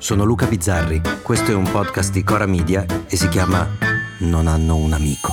sono Luca Bizzarri, questo è un podcast di Cora Media e si chiama Non hanno un amico.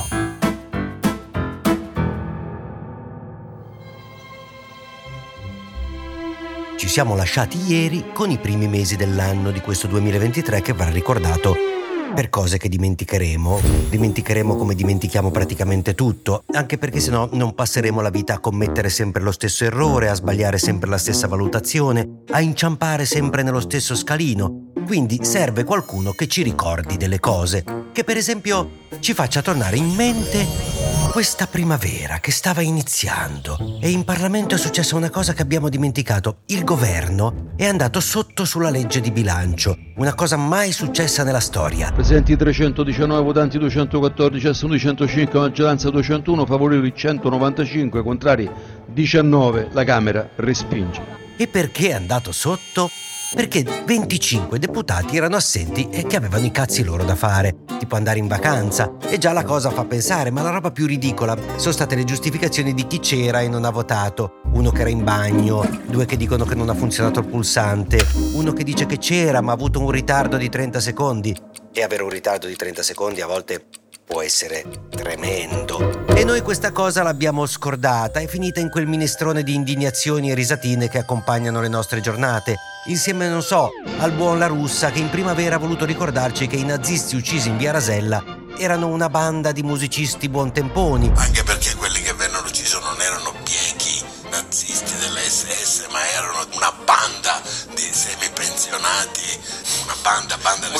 Ci siamo lasciati ieri con i primi mesi dell'anno di questo 2023 che va ricordato per cose che dimenticheremo come dimentichiamo praticamente tutto, anche perché sennò non passeremo la vita a commettere sempre lo stesso errore, a sbagliare sempre la stessa valutazione, a inciampare sempre nello stesso scalino. Quindi serve qualcuno che ci ricordi delle cose, che per esempio ci faccia tornare in mente questa primavera che stava iniziando e in Parlamento è successa una cosa che abbiamo dimenticato. Il governo è andato sotto sulla legge di bilancio, una cosa mai successa nella storia. Presenti 319, votanti 214, astenuti 105, maggioranza 201, favorevoli 195, contrari 19. La Camera respinge. E perché è andato sotto? Perché 25 deputati erano assenti e che avevano i cazzi loro da fare, tipo andare in vacanza. E già la cosa fa pensare, ma la roba più ridicola sono state le giustificazioni di chi c'era e non ha votato. Uno che era in bagno, due che dicono che non ha funzionato il pulsante, uno che dice che c'era ma ha avuto un ritardo di 30 secondi. E avere un ritardo di 30 secondi a volte può essere tremendo. E noi questa cosa l'abbiamo scordata, è finita in quel minestrone di indignazioni e risatine che accompagnano le nostre giornate, insieme, non so, al buon La Russa che in primavera ha voluto ricordarci che i nazisti uccisi in via Rasella erano una banda di musicisti buontemponi. Anche perché quelli che vennero uccisi non erano biechi nazisti della SS, ma erano una banda di semipensionati, una banda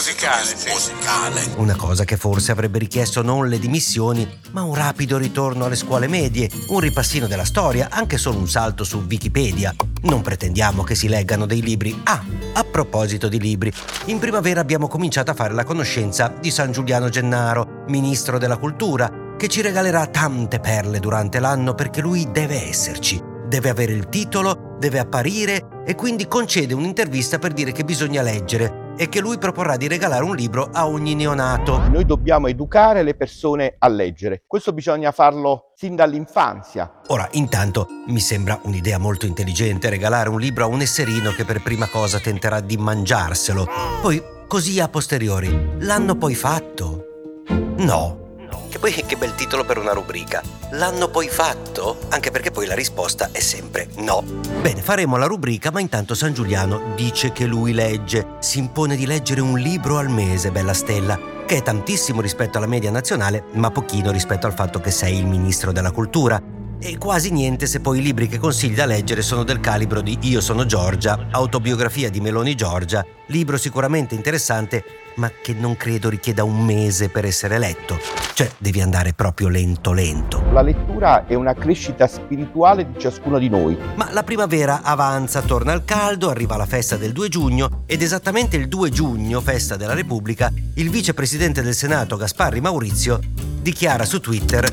musicale. Una cosa che forse avrebbe richiesto non le dimissioni, ma un rapido ritorno alle scuole medie, un ripassino della storia, anche solo un salto su Wikipedia. Non pretendiamo che si leggano dei libri. A proposito di libri, in primavera abbiamo cominciato a fare la conoscenza di San Giuliano Gennaro, ministro della cultura, che ci regalerà tante perle durante l'anno perché lui deve esserci, deve avere il titolo, deve apparire e quindi concede un'intervista per dire che bisogna leggere e che lui proporrà di regalare un libro a ogni neonato. Noi dobbiamo educare le persone a leggere. Questo bisogna farlo sin dall'infanzia. Ora, intanto, mi sembra un'idea molto intelligente regalare un libro a un esserino che per prima cosa tenterà di mangiarselo. Poi, così a posteriori, l'hanno poi fatto? No. Che poi che bel titolo per una rubrica. L'hanno poi fatto? Anche perché poi la risposta è sempre no. Bene, faremo la rubrica, ma intanto San Giuliano dice che lui legge. Si impone di leggere un libro al mese, bella stella, che è tantissimo rispetto alla media nazionale, ma pochino rispetto al fatto che sei il ministro della cultura. E quasi niente se poi i libri che consigli da leggere sono del calibro di Io sono Giorgia, autobiografia di Meloni Giorgia, libro sicuramente interessante, ma che non credo richieda un mese per essere letto. Cioè, devi andare proprio lento. La lettura è una crescita spirituale di ciascuno di noi. Ma la primavera avanza, torna al caldo, arriva la festa del 2 giugno ed esattamente il 2 giugno, festa della Repubblica, il vicepresidente del Senato Gasparri Maurizio dichiara su Twitter: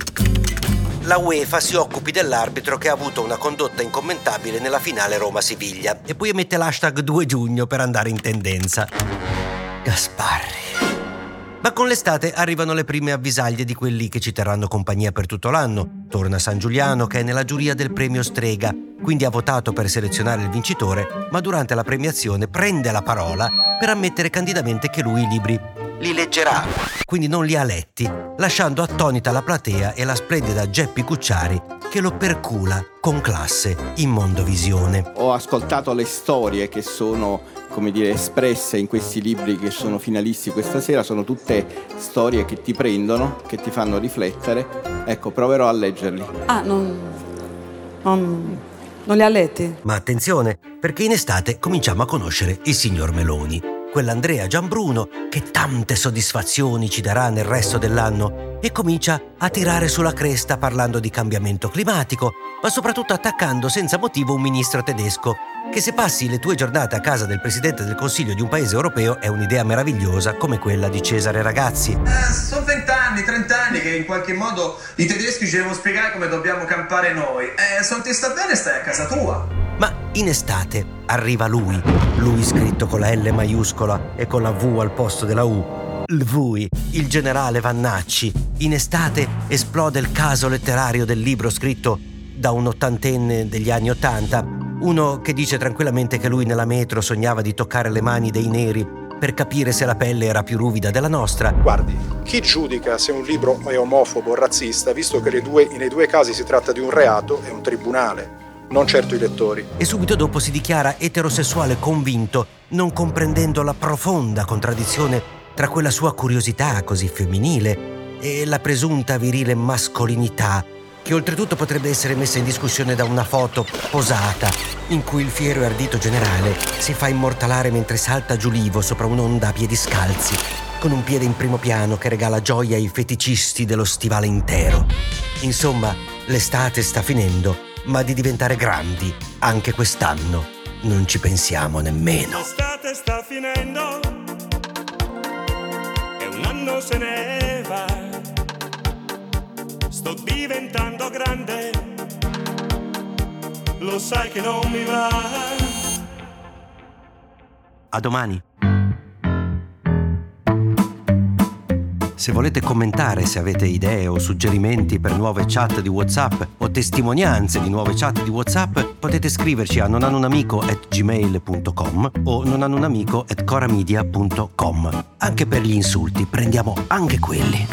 la UEFA si occupi dell'arbitro che ha avuto una condotta incommentabile nella finale Roma-Siviglia, e poi mette l'hashtag 2 giugno per andare in tendenza. Gasparri. Ma con l'estate arrivano le prime avvisaglie di quelli che ci terranno compagnia per tutto l'anno. Torna San Giuliano, che è nella giuria del premio Strega, quindi ha votato per selezionare il vincitore, ma durante la premiazione prende la parola per ammettere candidamente che lui i libri li leggerà, quindi non li ha letti, lasciando attonita la platea e la splendida Geppi Cucciari che lo percula con classe in Mondovisione. Ho ascoltato le storie che sono, come dire, espresse in questi libri che sono finalisti questa sera, sono tutte storie che ti prendono, che ti fanno riflettere. Ecco, proverò a leggerli. Non li ha letti? Ma attenzione, perché in estate cominciamo a conoscere il signor Meloni, quell'Andrea Gianbruno che tante soddisfazioni ci darà nel resto dell'anno, e comincia a tirare sulla cresta parlando di cambiamento climatico, ma soprattutto attaccando senza motivo un ministro tedesco che, se passi le tue giornate a casa del Presidente del Consiglio di un paese europeo, è un'idea meravigliosa come quella di Cesare Ragazzi. Sono 20 anni, 30 anni che in qualche modo i tedeschi ci devono spiegare come dobbiamo campare noi. Se non ti sta bene stai a casa tua. Ma in estate arriva lui scritto con la L maiuscola e con la V al posto della U. Lui, il generale Vannacci. In estate esplode il caso letterario del libro scritto da un ottantenne degli anni '80, uno che dice tranquillamente che lui nella metro sognava di toccare le mani dei neri per capire se la pelle era più ruvida della nostra. Guardi, chi giudica se un libro è omofobo o razzista, visto che nei due casi si tratta di un reato, è un tribunale, non certo i lettori. E subito dopo si dichiara eterosessuale convinto, non comprendendo la profonda contraddizione tra quella sua curiosità così femminile e la presunta virile mascolinità, che oltretutto potrebbe essere messa in discussione da una foto posata in cui il fiero e ardito generale si fa immortalare mentre salta giù l'Ivo sopra un'onda a piedi scalzi, con un piede in primo piano che regala gioia ai feticisti dello stivale intero. Insomma, l'estate sta finendo, ma di diventare grandi anche quest'anno non ci pensiamo nemmeno. L'estate sta finendo e un anno se ne va. Sto diventando grande, lo sai che non mi va. A domani. Se volete commentare, se avete idee o suggerimenti per nuove chat di WhatsApp o testimonianze di nuove chat di WhatsApp, potete scriverci a nonhanunamico@gmail.com o nonhanunamico@coramedia.com. Anche per gli insulti, prendiamo anche quelli.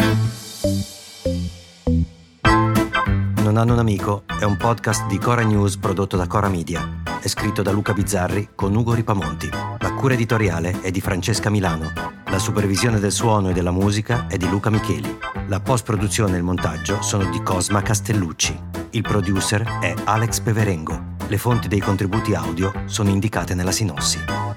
Non hanno un amico è un podcast di Cora News prodotto da Cora Media. È scritto da Luca Bizzarri con Ugo Ripamonti. La cura editoriale è di Francesca Milano. La supervisione del suono e della musica è di Luca Micheli. La post-produzione e il montaggio sono di Cosma Castellucci. Il producer è Alex Peverengo. Le fonti dei contributi audio sono indicate nella sinossi.